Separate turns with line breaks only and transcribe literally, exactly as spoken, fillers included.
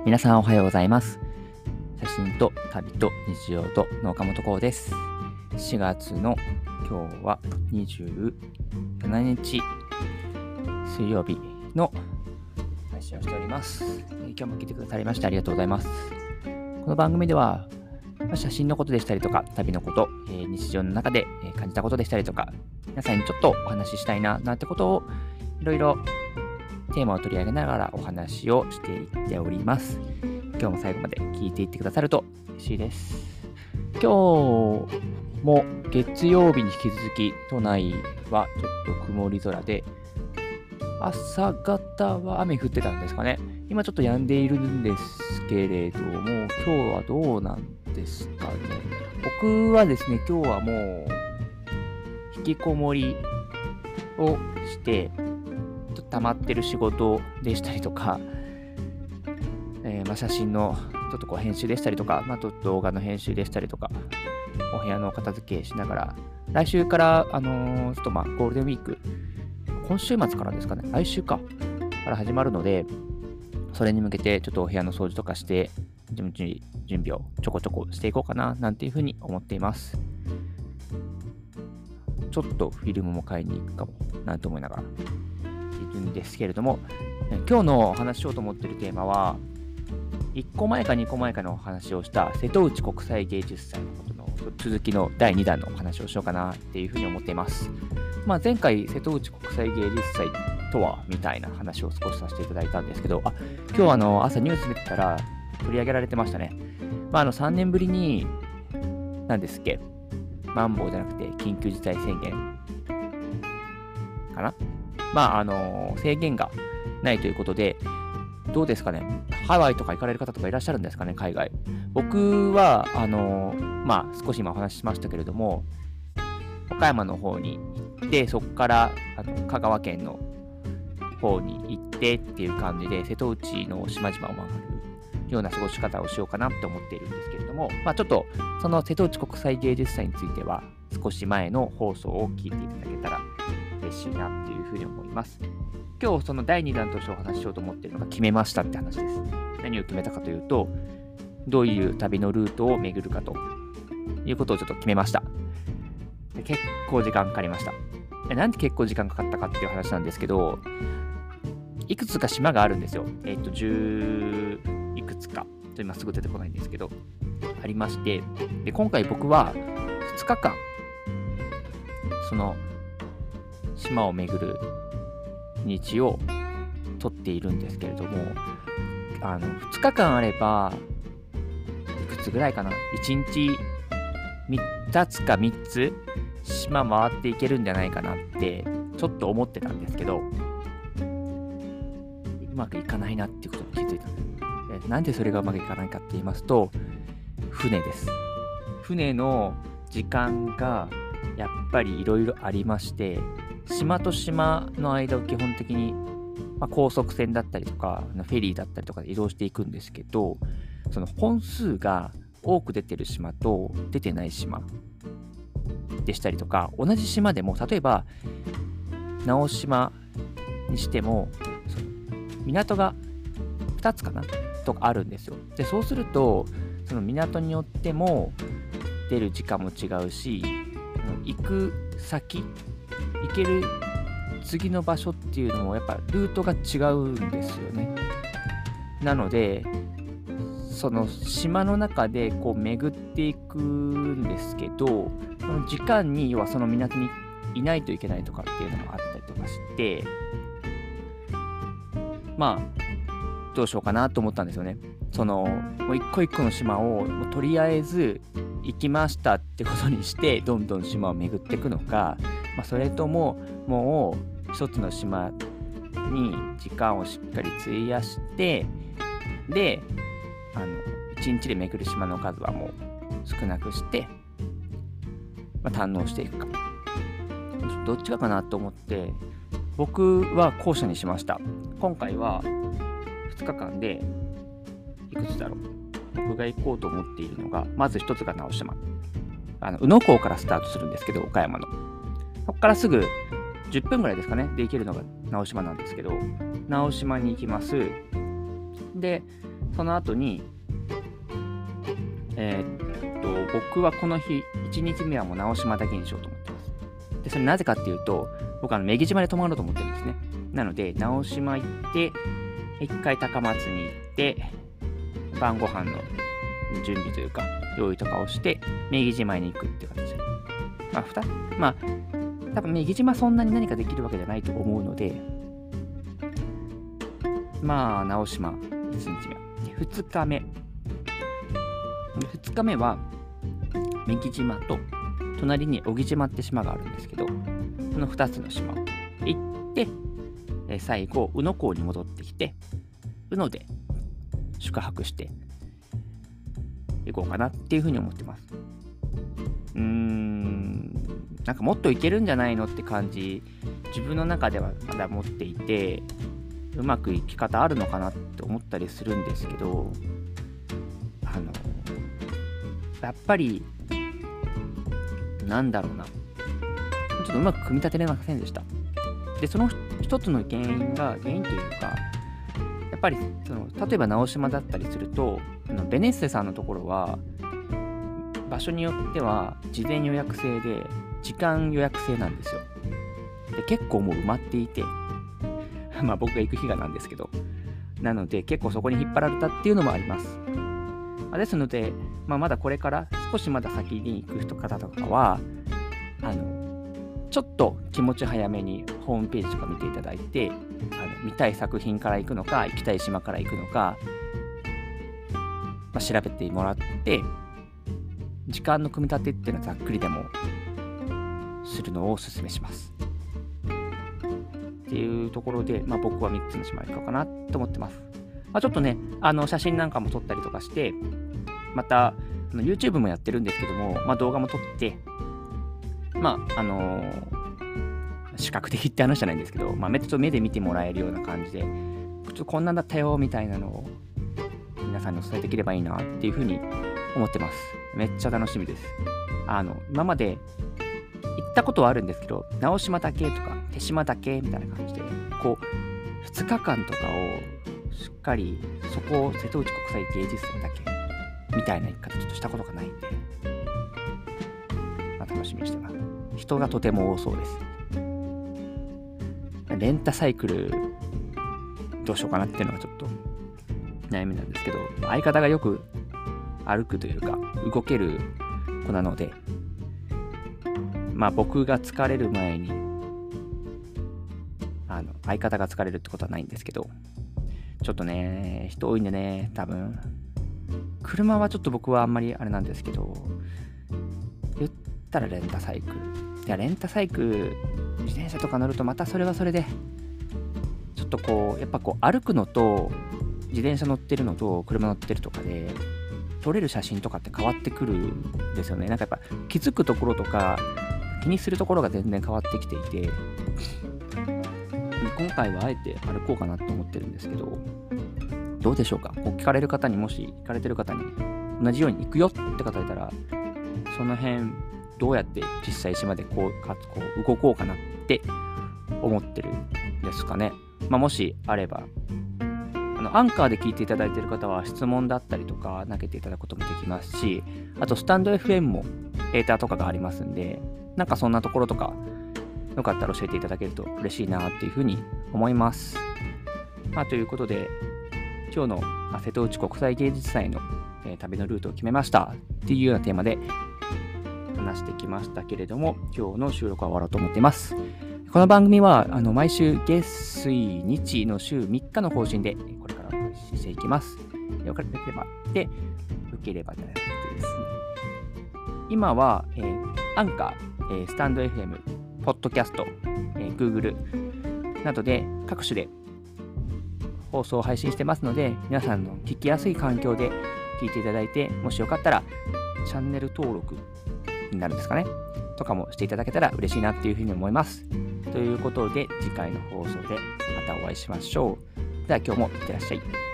皆さんおはようございます。写真と旅と日常との岡本幸です。しがつの今日はにじゅうしちにち水曜日の配信をしております。今日も聞いてくださりましてありがとうございます。この番組では写真のことでしたりとか旅のこと、日常の中で感じたことでしたりとか、皆さんにちょっとお話ししたいななんてことをいろいろテーマを取り上げながらお話をしていっております。今日も最後まで聞いていってくださると嬉しいです。今日も月曜日に引き続き都内はちょっと曇り空で、朝方は雨降ってたんですかね。今ちょっと止んでいるんですけれども、今日はどうなんですかね。僕はですね、今日はもう引きこもりをして溜まってる仕事でしたりとか、えーまあ、写真のちょっとこう編集でしたりとか、まあ、ちょっと動画の編集でしたりとか、お部屋の片付けしながら、来週から、あのー、ちょっとまあゴールデンウィーク、今週末からですかね、来週か、から始まるので、それに向けてちょっとお部屋の掃除とかして、準備準備をちょこちょこしていこうかな、なんていうふうに思っています。ちょっとフィルムも買いに行くかも、なんて思いながら。いるんですけれども、今日のお話ししようと思っているテーマは、いっこまえかにこまえかのお話をした瀬戸内国際芸術祭のことの続きのだいにだんのお話をしようかなっていうふうに思っています。まあ、前回瀬戸内国際芸術祭とはみたいな話を少しさせていただいたんですけど、あ、今日あの朝ニュース見てたら取り上げられてましたね。まあ、あのさんねんぶりに何ですっけ、マンボウじゃなくて緊急事態宣言かな。まあ、あの制限がないということで、どうですかね、ハワイとか行かれる方とかいらっしゃるんですかね、海外。僕は、あのまあ、少し今お話ししましたけれども、岡山の方に行って、そこからあの香川県の方に行ってっていう感じで、瀬戸内の島々を回るような過ごし方をしようかなって思っているんですけれども、まあ、ちょっとその瀬戸内国際芸術祭については、少し前の放送を聞いていただけたら嬉しいなっていうふうに思います。今日そのだいにだんとしてお話ししようと思っているのが決めましたって話です。何を決めたかというと、どういう旅のルートを巡るかということをちょっと決めました。で結構時間かかりました。なんで結構時間かかったかっていう話なんですけど、いくつか島があるんですよ。えっと、じゅういくつか。ちょっと今すぐ出てこないんですけど、ありまして、で今回僕はふつかかん、その島を巡る日を取っているんですけれども、あのふつかかんあればいくつぐらいかな、いちにちみっつかみっつ島回っていけるんじゃないかなってちょっと思ってたんですけど、うまくいかないなっていうことに気づいたんです。なんでそれがうまくいかないかって言いますと、船です。船の時間がやっぱりいろいろありまして、島と島の間を基本的に、まあ、高速船だったりとかフェリーだったりとかで移動していくんですけど、その本数が多く出てる島と出てない島でしたりとか、同じ島でも例えば直島にしても港がふたつかなとかあるんですよ。でそうするとその港によっても出る時間も違うし、行く先行ける次の場所っていうのもやっぱルートが違うんですよね。なのでその島の中でこう巡っていくんですけど、その時間に要はその港にいないといけないとかっていうのがあったりとかして、まあどうしようかなと思ったんですよね。そのもう一個一個の島をもうとりあえず行きましたってことにしてどんどん島を巡っていくのか、まあ、それとももう一つの島に時間をしっかり費やして、であの一日で巡る島の数はもう少なくして、まあ、堪能していくか、どっちかかなと思って僕は後者にしました。今回はふつかかんでいくつだろう、僕が行こうと思っているのが、まず一つが直島、あの宇野港からスタートするんですけど、岡山のそこからすぐじゅっぷんぐらいですかねで行けるのが直島なんですけど、直島に行きます。でその後に、えー、っと、僕はこの日、いちにちめはもう直島だけにしようと思ってます。で、それなぜかっていうと、僕は女木島で泊まろうと思ってるんですね。なので、直島行って、一回高松に行って、晩ご飯の準備というか、用意とかをして、女木島に行くっていう形で。まあ、ふた、まあ、多分女木島そんなに何かできるわけじゃないと思うので、まあ、直島、いちにちめ。ふつかめ。ふつかめは、女木島と、隣に小木島って島があるんですけど、そのふたつの島行って、え最後、宇野港に戻ってきて、宇野で宿泊して行こうかなっていうふうに思ってます。うーん、なんかもっといけるんじゃないのって感じ、自分の中ではまだ持っていて、うまくいき方あるのかなって思ったりするんですけど、あの、やっぱり、なんだろうな。ちょっとうまく組み立てれませんでした。で、その一つの原因が、原因というか、やっぱりその、例えば直島だったりすると、あのベネッセさんのところは、場所によっては事前予約制で、時間予約制なんですよ。で、結構もう埋まっていて、まあ僕が行く日がなんですけど、なので結構そこに引っ張られたっていうのもあります。ですので、まあ、まだこれから少しまだ先に行く方とかは、あの、ちょっと気持ち早めにホームページとか見ていただいて、あの見たい作品から行くのか、行きたい島から行くのか、まあ、調べてもらって、時間の組み立てっていうのはざっくりでもするのをお勧めします。っていうところで、まあ、僕はみっつの島行こうかなと思ってます。まあ、ちょっとね、あの写真なんかも撮ったりとかして、またあの YouTube もやってるんですけども、まあ、動画も撮って、まあ、あのー、視覚的って話じゃないんですけど、まあ、目と目で見てもらえるような感じで、ちょっとこんなんだったよみたいなのを皆さんにお伝えできればいいなっていうふうに思ってます。めっちゃ楽しみです。あの、今まで行ったことはあるんですけど、直島だけとか手島だけみたいな感じで、こう、ふつかかんとかをしっかりそこを瀬戸内国際芸術祭だけみたいな行き方ちょっとしたことがないんで、まあ、楽しみにしてます。人がとても多そうです。レンタサイクルどうしようかなっていうのがちょっと悩みなんですけど、相方がよく歩くというか動ける子なので、まあ僕が疲れる前にあの相方が疲れるってことはないんですけど、ちょっとね、人多いんでね、多分車はちょっと僕はあんまりあれなんですけど、言ったらレンタサイクル。いや、レンタサイクル、自転車とか乗るとまたそれはそれで、ちょっとこう、やっぱこう歩くのと、自転車乗ってるのと車乗ってるとかで、撮れる写真とかって変わってくるんですよね。なんかやっぱ気づくところとか、気にするところが全然変わってきていて、今回はあえて歩こうかなと思ってるんですけど、どうでしょうか。こう聞かれる方に、もし聞かれてる方に同じように行くよって方いたら、その辺どうやって実際島でこうかこう動こうかなって思ってるんですかね。まあ、もしあれば、あのアンカーで聞いていただいている方は質問だったりとか投げていただくこともできますし、あとスタンド エフエム もデータとかがありますんで、なんかそんなところとかよかったら教えていただけると嬉しいなっていうふうに思います。まあ、ということで、今日の瀬戸内国際芸術祭の、えー、旅のルートを決めましたっていうようなテーマで話してきましたけれども、今日の収録は終わろうと思っています。この番組はあの毎週月水日の週みっかの更新でこれから配信していきます。よければで、よければじゃなくてですね、今は、えー、アンカー、えー、スタンド エフエム、ポッドキャスト、えー、Google などで各種で放送を配信してますので、皆さんの聞きやすい環境で聞いていただいて、もしよかったらチャンネル登録になるんですかねとかもしていただけたら嬉しいなっていうふうに思います。ということで、次回の放送でまたお会いしましょう。では今日もいってらっしゃい。